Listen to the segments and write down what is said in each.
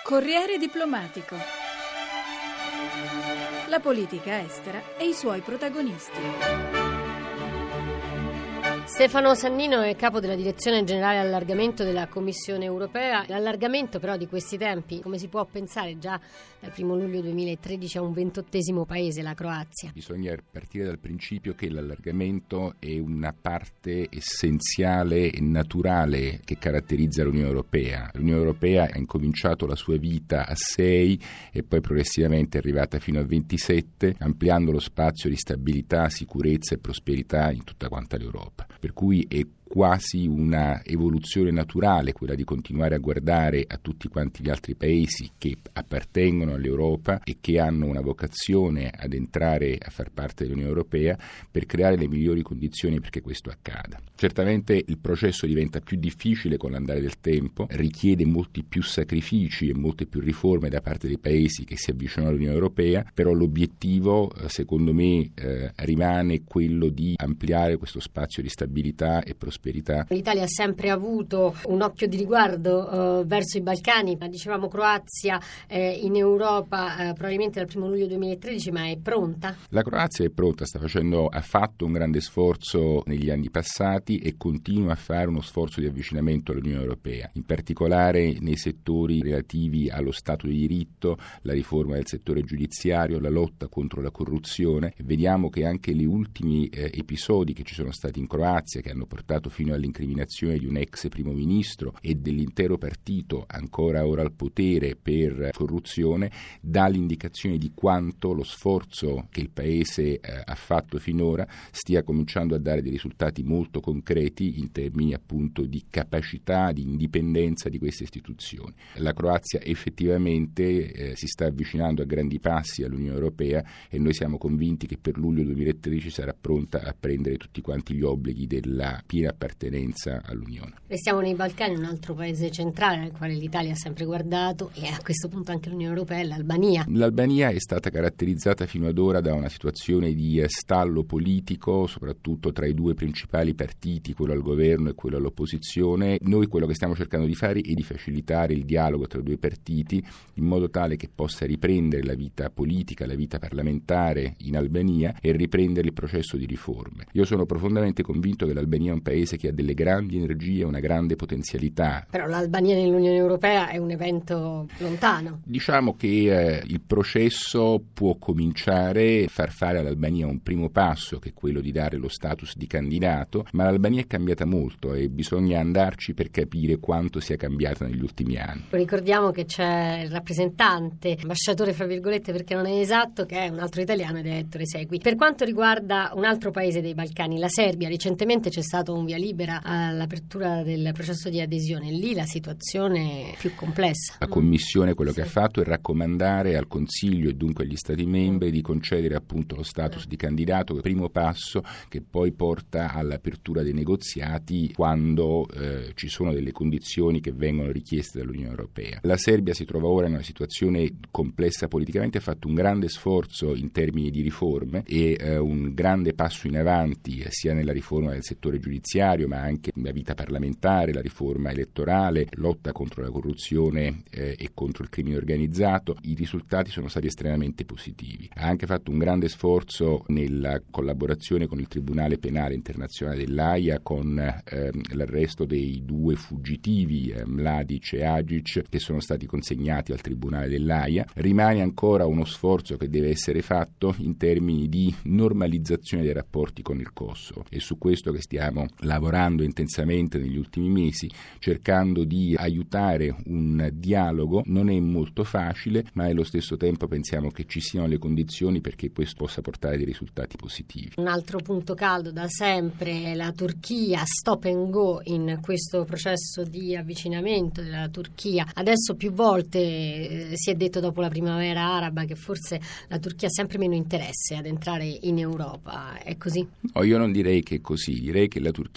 Corriere diplomatico. La politica estera e i suoi protagonisti. Stefano Sannino è capo della Direzione Generale Allargamento della Commissione Europea. L'allargamento però di questi tempi, come si può pensare già dal 1 luglio 2013 a un 28° paese, la Croazia? Bisogna partire dal principio che l'allargamento è una parte essenziale e naturale che caratterizza l'Unione Europea. L'Unione Europea ha incominciato la sua vita a 6 e poi progressivamente è arrivata fino a 27, ampliando lo spazio di stabilità, sicurezza e prosperità in tutta quanta l'Europa. Per cui è quasi una evoluzione naturale quella di continuare a guardare a tutti quanti gli altri paesi che appartengono all'Europa e che hanno una vocazione ad entrare a far parte dell'Unione Europea per creare le migliori condizioni perché questo accada. Certamente il processo diventa più difficile con l'andare del tempo, richiede molti più sacrifici e molte più riforme da parte dei paesi che si avvicinano all'Unione Europea, però l'obiettivo secondo me rimane quello di ampliare questo spazio di stabilità e prosperità. L'Italia ha sempre avuto un occhio di riguardo verso i Balcani, ma dicevamo Croazia in Europa probabilmente dal 1 luglio 2013, ma è pronta? La Croazia è pronta, ha fatto un grande sforzo negli anni passati e continua a fare uno sforzo di avvicinamento all'Unione Europea, in particolare nei settori relativi allo Stato di diritto, la riforma del settore giudiziario, la lotta contro la corruzione. Vediamo che anche gli ultimi episodi che ci sono stati in Croazia, che hanno portato fino all'incriminazione di un ex primo ministro e dell'intero partito ancora ora al potere per corruzione, dà l'indicazione di quanto lo sforzo che il paese ha fatto finora stia cominciando a dare dei risultati molto concreti in termini appunto di capacità, di indipendenza di queste istituzioni. La Croazia effettivamente si sta avvicinando a grandi passi all'Unione Europea e noi siamo convinti che per luglio 2013 sarà pronta a prendere tutti quanti gli obblighi della piena appartenenza all'Unione. Restiamo nei Balcani, un altro paese centrale nel quale l'Italia ha sempre guardato e a questo punto anche l'Unione Europea è l'Albania. L'Albania è stata caratterizzata fino ad ora da una situazione di stallo politico, soprattutto tra i due principali partiti, quello al governo e quello all'opposizione. Noi quello che stiamo cercando di fare è di facilitare il dialogo tra i due partiti in modo tale che possa riprendere la vita politica, la vita parlamentare in Albania e riprendere il processo di riforme. Io sono profondamente convinto che l'Albania è un paese che ha delle grandi energie, una grande potenzialità. Però l'Albania nell'Unione Europea è un evento lontano. Diciamo che il processo può cominciare, far fare all'Albania un primo passo, che è quello di dare lo status di candidato, ma l'Albania è cambiata molto e bisogna andarci per capire quanto sia cambiata negli ultimi anni. Ricordiamo che c'è il rappresentante, ambasciatore fra virgolette perché non è esatto, che è un altro italiano ed è Ettore Segui. Per quanto riguarda un altro paese dei Balcani, la Serbia, recentemente c'è stato un via libera all'apertura del processo di adesione. Lì la situazione è più complessa. La Commissione quello che ha fatto è raccomandare al Consiglio e dunque agli Stati membri di concedere appunto lo status di candidato, primo passo che poi porta all'apertura dei negoziati quando ci sono delle condizioni che vengono richieste dall'Unione Europea. La Serbia si trova ora in una situazione complessa politicamente, ha fatto un grande sforzo in termini di riforme e un grande passo in avanti sia nella riforma del settore giudiziario ma anche nella vita parlamentare, la riforma elettorale, lotta contro la corruzione e contro il crimine organizzato. I risultati sono stati estremamente positivi. Ha anche fatto un grande sforzo nella collaborazione con il Tribunale Penale Internazionale dell'Aia con l'arresto dei 2 fuggitivi Mladic e Agic che sono stati consegnati al Tribunale dell'Aia. Rimane ancora uno sforzo che deve essere fatto in termini di normalizzazione dei rapporti con il Kosovo. È su questo che stiamo lavorando intensamente negli ultimi mesi, cercando di aiutare un dialogo. Non è molto facile, ma allo stesso tempo pensiamo che ci siano le condizioni perché questo possa portare dei risultati positivi. Un altro punto caldo da sempre è la Turchia, stop and go in questo processo di avvicinamento della Turchia. Adesso più volte si è detto dopo la primavera araba che forse la Turchia ha sempre meno interesse ad entrare in Europa. È così? No, io non direi che è così, direi che la Turchia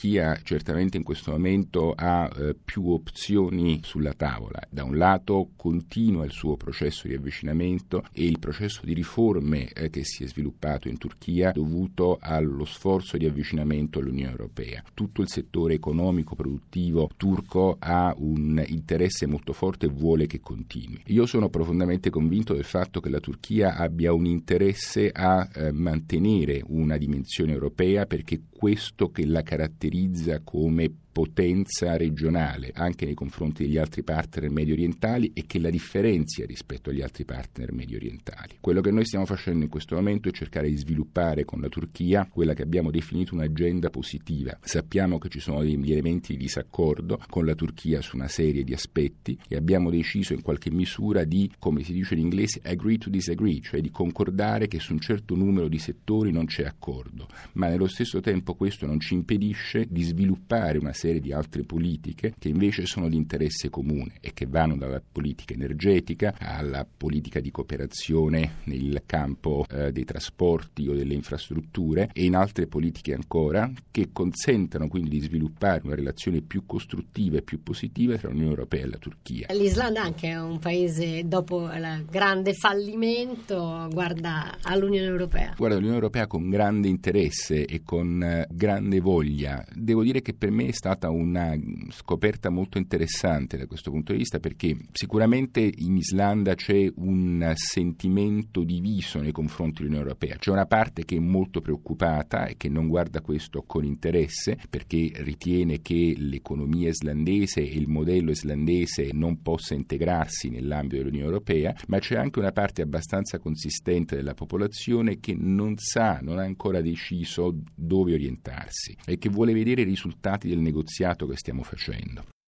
Turchia certamente in questo momento ha più opzioni sulla tavola. Da un lato continua il suo processo di avvicinamento e il processo di riforme che si è sviluppato in Turchia dovuto allo sforzo di avvicinamento all'Unione Europea. Tutto il settore economico produttivo turco ha un interesse molto forte e vuole che continui. Io sono profondamente convinto del fatto che la Turchia abbia un interesse a mantenere una dimensione europea, perché questo che la caratterizza come potenza regionale anche nei confronti degli altri partner medio orientali e che la differenzia rispetto agli altri partner medio orientali. Quello che noi stiamo facendo in questo momento è cercare di sviluppare con la Turchia quella che abbiamo definito un'agenda positiva. Sappiamo che ci sono degli elementi di disaccordo con la Turchia su una serie di aspetti e abbiamo deciso in qualche misura di, come si dice in inglese, agree to disagree, cioè di concordare che su un certo numero di settori non c'è accordo, ma nello stesso tempo questo non ci impedisce di sviluppare una serie di altre politiche che invece sono di interesse comune e che vanno dalla politica energetica alla politica di cooperazione nel campo dei trasporti o delle infrastrutture e in altre politiche ancora che consentano quindi di sviluppare una relazione più costruttiva e più positiva tra l'Unione Europea e la Turchia. L'Islanda anche è un paese, dopo il grande fallimento, guarda all'Unione Europea. Guarda l'Unione Europea con grande interesse e con grande voglia. Devo dire che per me è stata una scoperta molto interessante da questo punto di vista, perché sicuramente in Islanda c'è un sentimento diviso nei confronti dell'Unione Europea. C'è una parte che è molto preoccupata e che non guarda questo con interesse, perché ritiene che l'economia islandese e il modello islandese non possa integrarsi nell'ambito dell'Unione Europea, ma c'è anche una parte abbastanza consistente della popolazione che non ha ancora deciso dove orientarsi e che vuole vedere i risultati del negoziato che stiamo facendo.